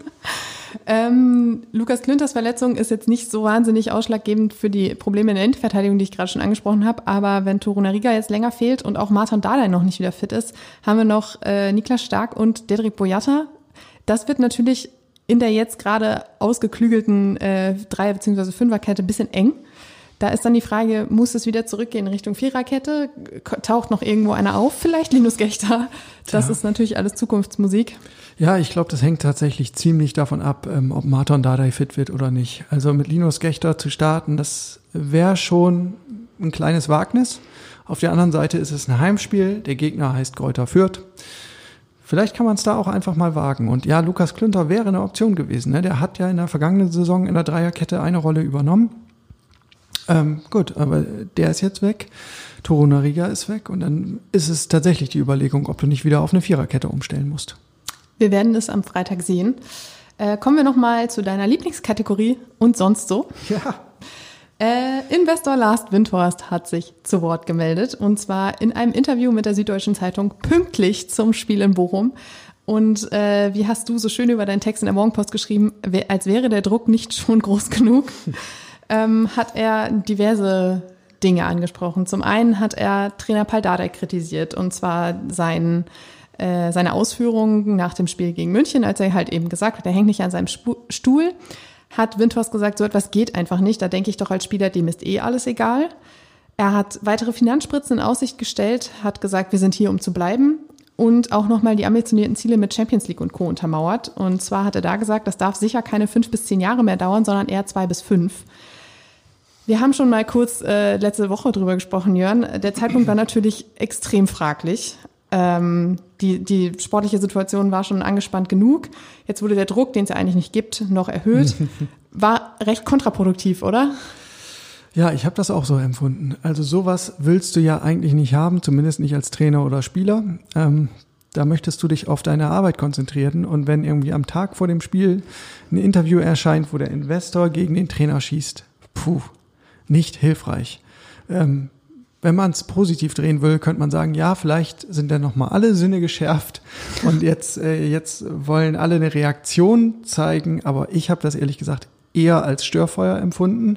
Ähm, Lukas Klünters Verletzung ist jetzt nicht so wahnsinnig ausschlaggebend für die Probleme in der Endverteidigung, die ich gerade schon angesprochen habe, aber wenn Torunariga jetzt länger fehlt und auch Martin Dardai noch nicht wieder fit ist, haben wir noch äh, Niklas Stark und Dedrick Boyata. Das wird natürlich in der jetzt gerade ausgeklügelten äh, Dreier- bzw. Fünferkette ein bisschen eng. Da ist dann die Frage, muss es wieder zurückgehen in Richtung Viererkette? Taucht noch irgendwo einer auf? Vielleicht Linus Gächter? Das ja. ist natürlich alles Zukunftsmusik. Ja, ich glaube, das hängt tatsächlich ziemlich davon ab, ähm, ob Martin Dardai fit wird oder nicht. Also mit Linus Gächter zu starten, das wäre schon ein kleines Wagnis. Auf der anderen Seite ist es ein Heimspiel, der Gegner heißt Greuther Fürth. Vielleicht kann man es da auch einfach mal wagen. Und ja, Lukas Klünter wäre eine Option gewesen. Ne? Der hat ja in der vergangenen Saison in der Dreierkette eine Rolle übernommen. Ähm, gut, aber der ist jetzt weg. Torunariga ist weg. Und dann ist es tatsächlich die Überlegung, ob du nicht wieder auf eine Viererkette umstellen musst. Wir werden es am Freitag sehen. Äh, kommen wir nochmal zu deiner Lieblingskategorie und sonst so. Ja. Äh, Investor Lars Windhorst hat sich zu Wort gemeldet, und zwar in einem Interview mit der Süddeutschen Zeitung pünktlich zum Spiel in Bochum. Und äh, wie hast du so schön über deinen Text in der Morgenpost geschrieben, als wäre der Druck nicht schon groß genug, ähm, hat er diverse Dinge angesprochen. Zum einen hat er Trainer Pal Dardai kritisiert, und zwar seinen seine Ausführungen nach dem Spiel gegen München, als er halt eben gesagt hat, er hängt nicht an seinem Stuhl, hat Windhorst gesagt, so etwas geht einfach nicht, da denke ich doch als Spieler, dem ist eh alles egal. Er hat weitere Finanzspritzen in Aussicht gestellt, hat gesagt, wir sind hier, um zu bleiben, und auch nochmal die ambitionierten Ziele mit Champions League und Co. untermauert. Und zwar hat er da gesagt, das darf sicher keine fünf bis zehn Jahre mehr dauern, sondern eher zwei bis fünf. Wir haben schon mal kurz äh, letzte Woche drüber gesprochen, Jörn. Der Zeitpunkt war natürlich extrem fraglich. Ähm, die, die sportliche Situation war schon angespannt genug. Jetzt wurde der Druck, den es ja eigentlich nicht gibt, noch erhöht. War recht kontraproduktiv, oder? Ja, ich habe das auch so empfunden. Also sowas willst du ja eigentlich nicht haben, zumindest nicht als Trainer oder Spieler. Ähm, da möchtest du dich auf deine Arbeit konzentrieren. Und wenn irgendwie am Tag vor dem Spiel ein Interview erscheint, wo der Investor gegen den Trainer schießt, puh, nicht hilfreich. Ähm, Wenn man es positiv drehen will, könnte man sagen, ja, vielleicht sind dann nochmal alle Sinne geschärft und jetzt, äh, jetzt wollen alle eine Reaktion zeigen, aber ich habe das ehrlich gesagt eher als Störfeuer empfunden.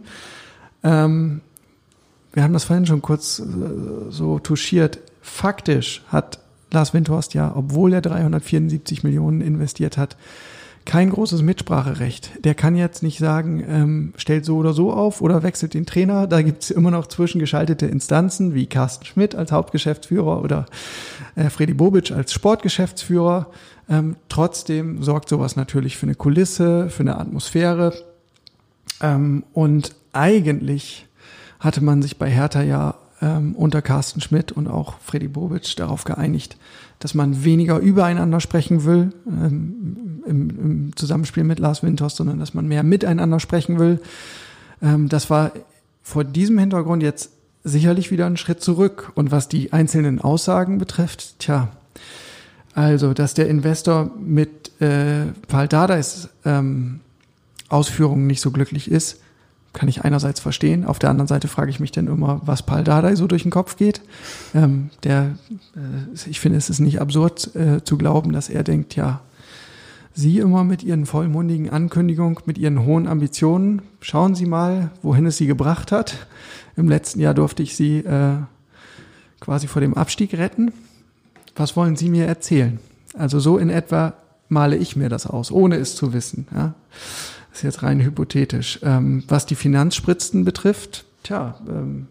Ähm, wir haben das vorhin schon kurz äh, so touchiert. Faktisch hat Lars Windhorst ja, obwohl er dreihundertvierundsiebzig Millionen investiert hat, kein großes Mitspracherecht. Der kann jetzt nicht sagen, ähm, stellt so oder so auf oder wechselt den Trainer. Da gibt's immer noch zwischengeschaltete Instanzen wie Carsten Schmidt als Hauptgeschäftsführer oder äh, Freddy Bobic als Sportgeschäftsführer. Ähm, trotzdem sorgt sowas natürlich für eine Kulisse, für eine Atmosphäre. Ähm, und eigentlich hatte man sich bei Hertha ja ähm, unter Carsten Schmidt und auch Freddy Bobic darauf geeinigt, dass man weniger übereinander sprechen will ähm, im, im Zusammenspiel mit Lars Windhorst, sondern dass man mehr miteinander sprechen will. Ähm, das war vor diesem Hintergrund jetzt sicherlich wieder ein Schritt zurück. Und was die einzelnen Aussagen betrifft, tja, also dass der Investor mit äh, Pal Dardais ähm, Ausführungen nicht so glücklich ist, kann ich einerseits verstehen. Auf der anderen Seite frage ich mich dann immer, was Pal Dardai so durch den Kopf geht. Ähm, der, äh, ich finde, es ist nicht absurd äh, zu glauben, dass er denkt, ja, Sie immer mit Ihren vollmundigen Ankündigungen, mit Ihren hohen Ambitionen. Schauen Sie mal, wohin es Sie gebracht hat. Im letzten Jahr durfte ich Sie äh, quasi vor dem Abstieg retten. Was wollen Sie mir erzählen? Also so in etwa male ich mir das aus, ohne es zu wissen. Ja? Das ist jetzt rein hypothetisch. Ähm, was die Finanzspritzen betrifft, tja, ähm,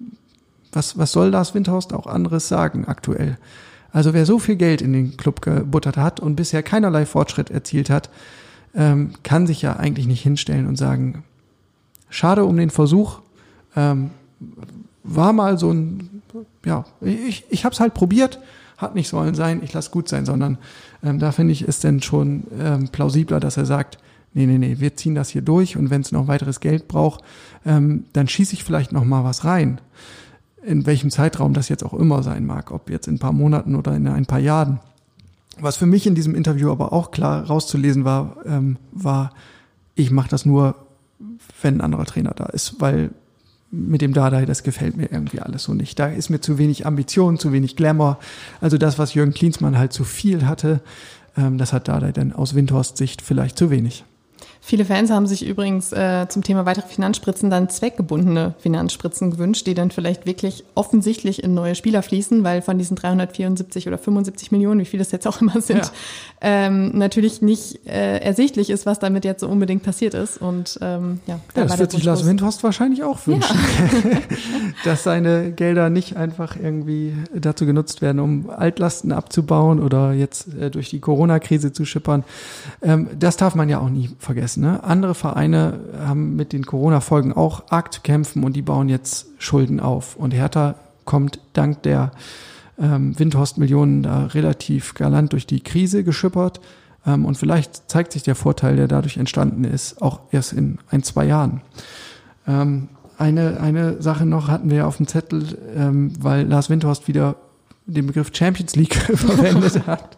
was, was soll Lars Windhorst auch anderes sagen aktuell? Also wer so viel Geld in den Club gebuttert hat und bisher keinerlei Fortschritt erzielt hat, ähm, kann sich ja eigentlich nicht hinstellen und sagen, schade um den Versuch, ähm, war mal so ein, ja, ich, ich habe es halt probiert, hat nicht sollen sein, ich lasse gut sein, sondern ähm, da finde ich es denn schon ähm, plausibler, dass er sagt, nee, nee, nee, wir ziehen das hier durch und wenn es noch weiteres Geld braucht, ähm, dann schieße ich vielleicht noch mal was rein. In welchem Zeitraum das jetzt auch immer sein mag, ob jetzt in ein paar Monaten oder in ein paar Jahren. Was für mich in diesem Interview aber auch klar rauszulesen war, ähm, war, ich mache das nur, wenn ein anderer Trainer da ist, weil mit dem Dardai, das gefällt mir irgendwie alles so nicht. Da ist mir zu wenig Ambition, zu wenig Glamour. Also das, was Jürgen Klinsmann halt zu viel hatte, ähm, das hat Dardai dann aus Windhorsts Sicht vielleicht zu wenig. Viele Fans haben sich übrigens äh, zum Thema weitere Finanzspritzen dann zweckgebundene Finanzspritzen gewünscht, die dann vielleicht wirklich offensichtlich in neue Spieler fließen, weil von diesen dreihundertvierundsiebzig oder fünfundsiebzig Millionen, wie viel das jetzt auch immer sind, ja. ähm, natürlich nicht äh, ersichtlich ist, was damit jetzt so unbedingt passiert ist. Und ähm, ja, da ja, das wird sich Lars Windhorst wahrscheinlich auch wünschen, ja. dass seine Gelder nicht einfach irgendwie dazu genutzt werden, um Altlasten abzubauen oder jetzt äh, durch die Corona-Krise zu schippern. Ähm, das darf man ja auch nie vergessen. Ne? Andere Vereine haben mit den Corona-Folgen auch arg zu kämpfen und die bauen jetzt Schulden auf. Und Hertha kommt dank der ähm, Windhorst-Millionen da relativ galant durch die Krise geschippert. Ähm, und vielleicht zeigt sich der Vorteil, der dadurch entstanden ist, auch erst in ein, zwei Jahren. Ähm, eine, eine Sache noch hatten wir ja auf dem Zettel, ähm, weil Lars Windhorst wieder den Begriff Champions League verwendet hat.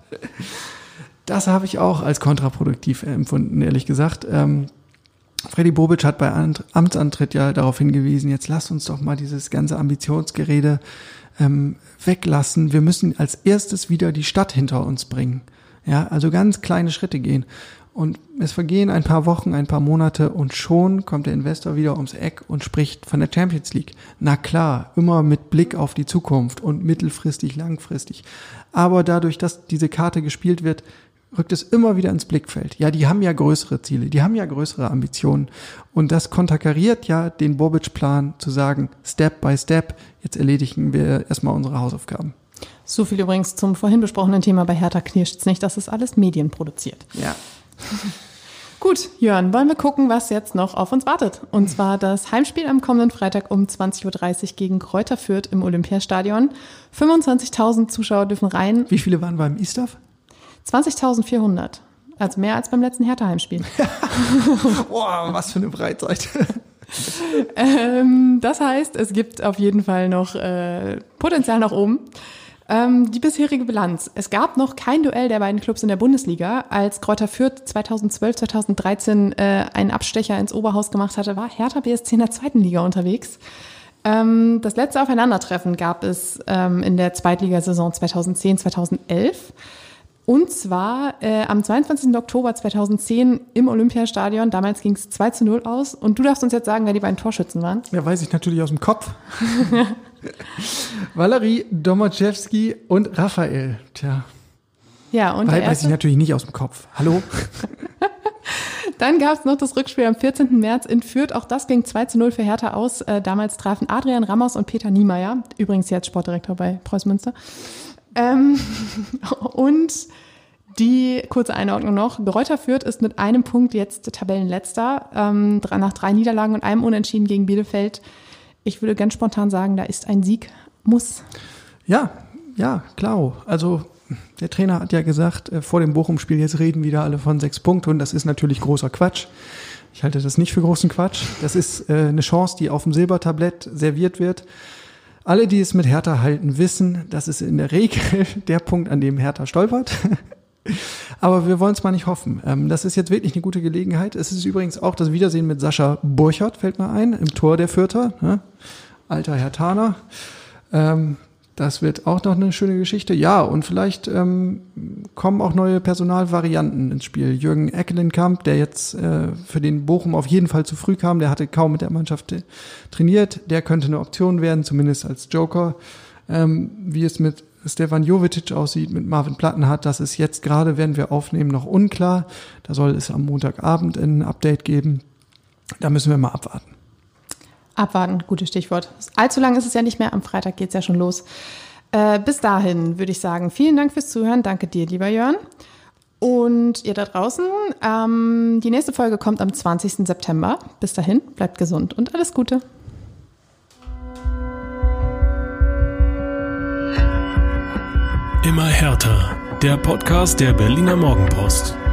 Das habe ich auch als kontraproduktiv empfunden, ehrlich gesagt. Ähm, Freddy Bobic hat bei Amtsantritt ja darauf hingewiesen, jetzt lasst uns doch mal dieses ganze Ambitionsgerede ähm, weglassen. Wir müssen als erstes wieder die Stadt hinter uns bringen. Ja, also ganz kleine Schritte gehen. Und es vergehen ein paar Wochen, ein paar Monate und schon kommt der Investor wieder ums Eck und spricht von der Champions League. Na klar, immer mit Blick auf die Zukunft und mittelfristig, langfristig. Aber dadurch, dass diese Karte gespielt wird, rückt es immer wieder ins Blickfeld. Ja, die haben ja größere Ziele, die haben ja größere Ambitionen. Und das konterkariert ja den Bobic-Plan zu sagen, Step by Step, jetzt erledigen wir erstmal unsere Hausaufgaben. So viel übrigens zum vorhin besprochenen Thema bei Hertha knirscht's nicht, dass es alles medienproduziert. Ja. Gut, Jörn, wollen wir gucken, was jetzt noch auf uns wartet. Und zwar das Heimspiel am kommenden Freitag um zwanzig Uhr dreißig gegen Greuther Fürth im Olympiastadion. fünfundzwanzigtausend Zuschauer dürfen rein. Wie viele waren beim Istaf? zwanzigtausendvierhundert. Also mehr als beim letzten Hertha-Heimspiel. Boah, was für eine Breitseite. ähm, das heißt, es gibt auf jeden Fall noch äh, Potenzial nach oben. Ähm, die bisherige Bilanz. Es gab noch kein Duell der beiden Clubs in der Bundesliga. Als Greuther Fürth zweitausendzwölf, zweitausenddreizehn äh, einen Abstecher ins Oberhaus gemacht hatte, war Hertha B S C in der zweiten Liga unterwegs. Ähm, das letzte Aufeinandertreffen gab es ähm, in der Zweitligasaison zweitausendzehn, zweitausendelf. Und zwar äh, am zweiundzwanzigsten Oktober zweitausendzehn im Olympiastadion. Damals ging es zwei zu null aus. Und du darfst uns jetzt sagen, wer die beiden Torschützen waren. Ja, weiß ich natürlich aus dem Kopf. Valerie Domachewski und Raphael. Tja. Ja, und Weil, der weiß ich natürlich nicht aus dem Kopf. Hallo? Dann gab es noch das Rückspiel am vierzehnten März in Fürth. Auch das ging zwei zu null für Hertha aus. Äh, damals trafen Adrian Ramos und Peter Niemeyer. Übrigens jetzt Sportdirektor bei Preuß Münster. Ähm, und die kurze Einordnung noch. Greuther Fürth ist mit einem Punkt jetzt Tabellenletzter, ähm, nach drei Niederlagen und einem Unentschieden gegen Bielefeld. Ich würde ganz spontan sagen, da ist ein Sieg muss. Ja, ja, klar. Also der Trainer hat ja gesagt, äh, vor dem Bochum-Spiel, jetzt reden wieder alle von sechs Punkten und das ist natürlich großer Quatsch. Ich halte das nicht für großen Quatsch. Das ist äh, eine Chance, die auf dem Silbertablett serviert wird. Alle, die es mit Hertha halten, wissen, das ist in der Regel der Punkt, an dem Hertha stolpert. Aber wir wollen es mal nicht hoffen. Ähm, das ist jetzt wirklich eine gute Gelegenheit. Es ist übrigens auch das Wiedersehen mit Sascha Burchardt, fällt mir ein, im Tor der Fürther. Ne? Alter Herthaner. Ähm, Das wird auch noch eine schöne Geschichte. Ja, und vielleicht ähm, kommen auch neue Personalvarianten ins Spiel. Jürgen Eckelenkamp, der jetzt äh, für den Bochum auf jeden Fall zu früh kam, der hatte kaum mit der Mannschaft äh, trainiert. Der könnte eine Option werden, zumindest als Joker. Ähm, wie es mit Stefan Jovetic aussieht, mit Marvin Plattenhardt, das ist jetzt gerade, werden wir aufnehmen, noch unklar. Da soll es am Montagabend ein Update geben. Da müssen wir mal abwarten. Abwarten, gutes Stichwort. Allzu lang ist es ja nicht mehr, am Freitag geht es ja schon los. Äh, bis dahin würde ich sagen, vielen Dank fürs Zuhören. Danke dir, lieber Jörn. Und ihr da draußen, ähm, die nächste Folge kommt am zwanzigsten September. Bis dahin, bleibt gesund und alles Gute. Immer härter. Der Podcast der Berliner Morgenpost.